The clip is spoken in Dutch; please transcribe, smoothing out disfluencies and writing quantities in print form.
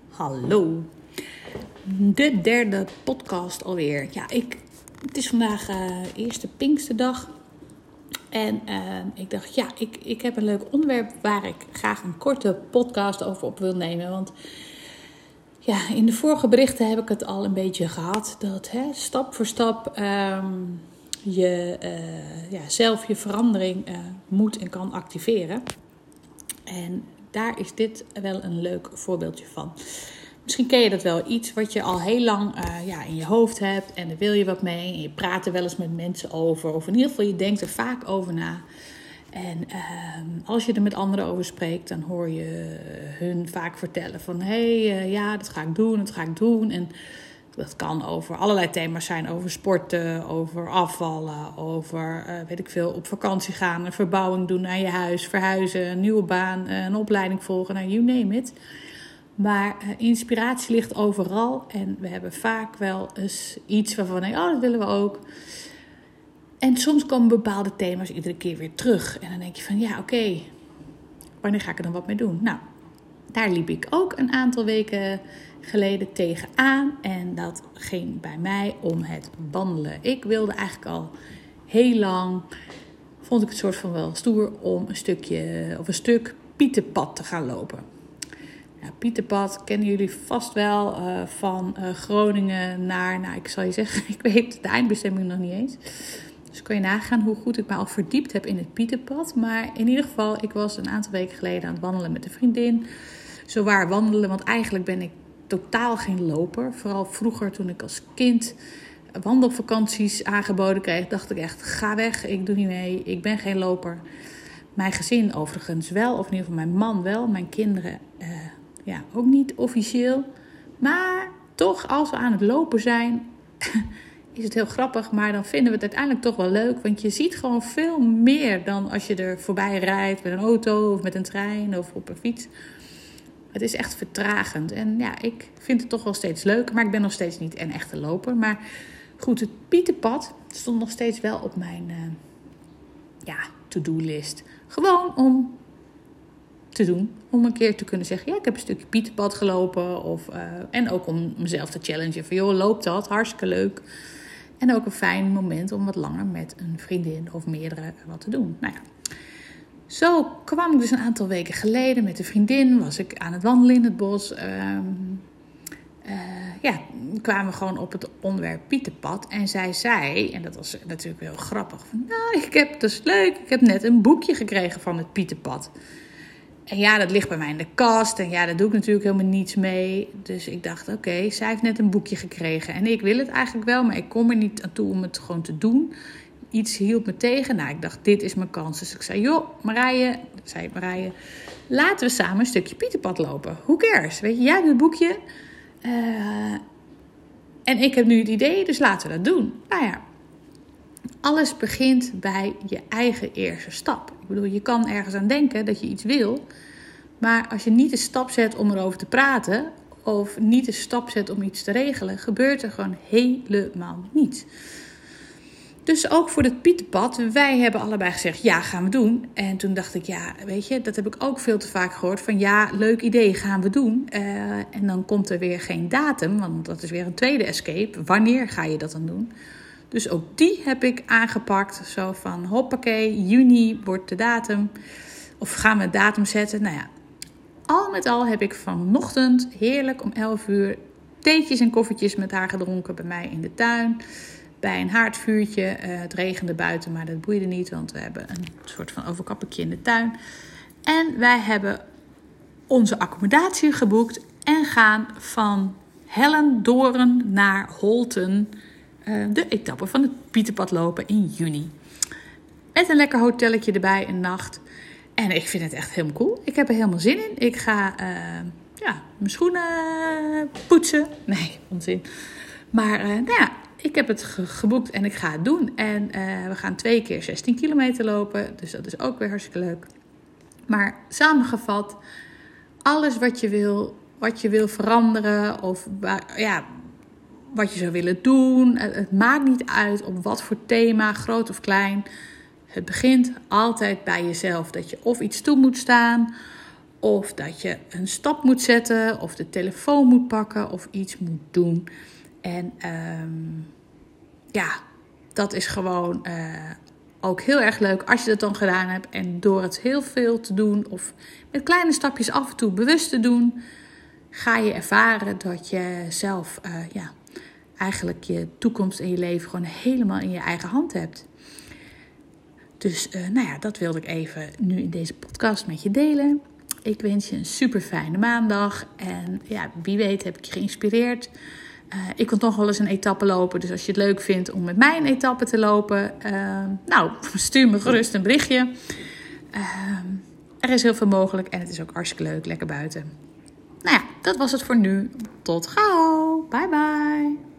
Hallo, de derde podcast alweer. Het is vandaag eerste Pinksterdag. En ik dacht, ik heb een leuk onderwerp waar ik graag een korte podcast over op wil nemen. Want in de vorige berichten heb ik het al een beetje gehad. Dat stap voor stap zelf je verandering moet en kan activeren. En daar is dit wel een leuk voorbeeldje van. Misschien ken je dat wel, iets wat je al heel lang in je hoofd hebt en daar wil je wat mee. En je praat er wel eens met mensen over, of in ieder geval je denkt er vaak over na. En als je er met anderen over spreekt, dan hoor je hun vaak vertellen van dat ga ik doen. En dat kan over allerlei thema's zijn, over sporten, over afvallen, over op vakantie gaan, een verbouwing doen aan je huis, verhuizen, een nieuwe baan, een opleiding volgen, you name it. Maar inspiratie ligt overal en we hebben vaak wel eens iets waarvan dat willen we ook. En soms komen bepaalde thema's iedere keer weer terug. En dan denk je van wanneer ga ik er dan wat mee doen? Nou, daar liep ik ook een aantal weken geleden tegenaan. En dat ging bij mij om het wandelen. Ik wilde eigenlijk al heel lang, vond ik het soort van wel stoer om een stuk Pieterpad te gaan lopen. Pieterpad kennen jullie vast wel van Groningen naar, ik zal je zeggen, ik weet de eindbestemming nog niet eens. Dus kun je nagaan hoe goed ik me al verdiept heb in het Pieterpad. Maar in ieder geval, ik was een aantal weken geleden aan het wandelen met een vriendin. Zowaar wandelen, want eigenlijk ben ik totaal geen loper. Vooral vroeger toen ik als kind wandelvakanties aangeboden kreeg, dacht ik echt, ga weg, ik doe niet mee, ik ben geen loper. Mijn gezin overigens wel, of in ieder geval mijn man wel, mijn kinderen ook niet officieel. Maar toch, als we aan het lopen zijn, is het heel grappig. Maar dan vinden we het uiteindelijk toch wel leuk. Want je ziet gewoon veel meer dan als je er voorbij rijdt met een auto of met een trein of op een fiets. Het is echt vertragend. En ik vind het toch wel steeds leuk. Maar ik ben nog steeds niet een echte loper. Maar goed, het Pieterpad stond nog steeds wel op mijn to-do-list. Gewoon om te doen. Om een keer te kunnen zeggen, ik heb een stukje Pieterpad gelopen. En ook om mezelf te challengen van, loopt dat? Hartstikke leuk. En ook een fijn moment om wat langer met een vriendin of meerdere wat te doen. Zo kwam ik dus een aantal weken geleden met een vriendin. Was ik aan het wandelen in het bos. Kwamen we gewoon op het onderwerp Pieterpad. En zij zei, en dat was natuurlijk heel grappig. Van, dat is leuk. Ik heb net een boekje gekregen van het Pieterpad. En dat ligt bij mij in de kast. En daar doe ik natuurlijk helemaal niets mee. Dus ik dacht, zij heeft net een boekje gekregen. En ik wil het eigenlijk wel, maar ik kom er niet aan toe om het gewoon te doen. Iets hield me tegen. Ik dacht, dit is mijn kans. Dus ik zei, Marije, laten we samen een stukje Pieterpad lopen. Who cares? Weet je, jij hebt het boekje. En ik heb nu het idee, dus laten we dat doen. Alles begint bij je eigen eerste stap. Ik bedoel, je kan ergens aan denken dat je iets wil. Maar als je niet de stap zet om erover te praten, of niet de stap zet om iets te regelen, gebeurt er gewoon helemaal niets. Dus ook voor het Pieterpad, wij hebben allebei gezegd, gaan we doen. En toen dacht ik, dat heb ik ook veel te vaak gehoord. Van leuk idee, gaan we doen. En dan komt er weer geen datum, want dat is weer een tweede escape. Wanneer ga je dat dan doen? Dus ook die heb ik aangepakt. Zo van, hoppakee, juni wordt de datum. Of gaan we een datum zetten? Al met al heb ik vanochtend heerlijk om 11 uur theetjes en koffietjes met haar gedronken bij mij in de tuin. Bij een haardvuurtje. Het regende buiten, maar dat boeide niet, want we hebben een soort van overkappingje in de tuin. En wij hebben onze accommodatie geboekt en gaan van Hellendoorn naar Holten de etappe van het Pieterpad lopen in juni. Met een lekker hotelletje erbij, een nacht. En ik vind het echt helemaal cool. Ik heb er helemaal zin in. Ik ga mijn schoenen poetsen. Nee, onzin. Maar ik heb het geboekt en ik ga het doen. En we gaan 2 keer 16 kilometer lopen. Dus dat is ook weer hartstikke leuk. Maar samengevat, alles wat je wil veranderen of wat je zou willen doen. Het maakt niet uit op wat voor thema, groot of klein. Het begint altijd bij jezelf. Dat je of iets toe moet staan, Of dat je een stap moet zetten, of de telefoon moet pakken, of iets moet doen. En dat is gewoon ook heel erg leuk als je dat dan gedaan hebt. En door het heel veel te doen, of met kleine stapjes af en toe bewust te doen, ga je ervaren dat je zelf eigenlijk je toekomst en je leven gewoon helemaal in je eigen hand hebt. Dus dat wilde ik even nu in deze podcast met je delen. Ik wens je een super fijne maandag. En wie weet heb ik je geïnspireerd. Ik kan toch wel eens een etappe lopen. Dus als je het leuk vindt om met mij een etappe te lopen, stuur me gerust een berichtje. Er is heel veel mogelijk en het is ook hartstikke leuk, lekker buiten. Dat was het voor nu. Tot gauw. Bye bye.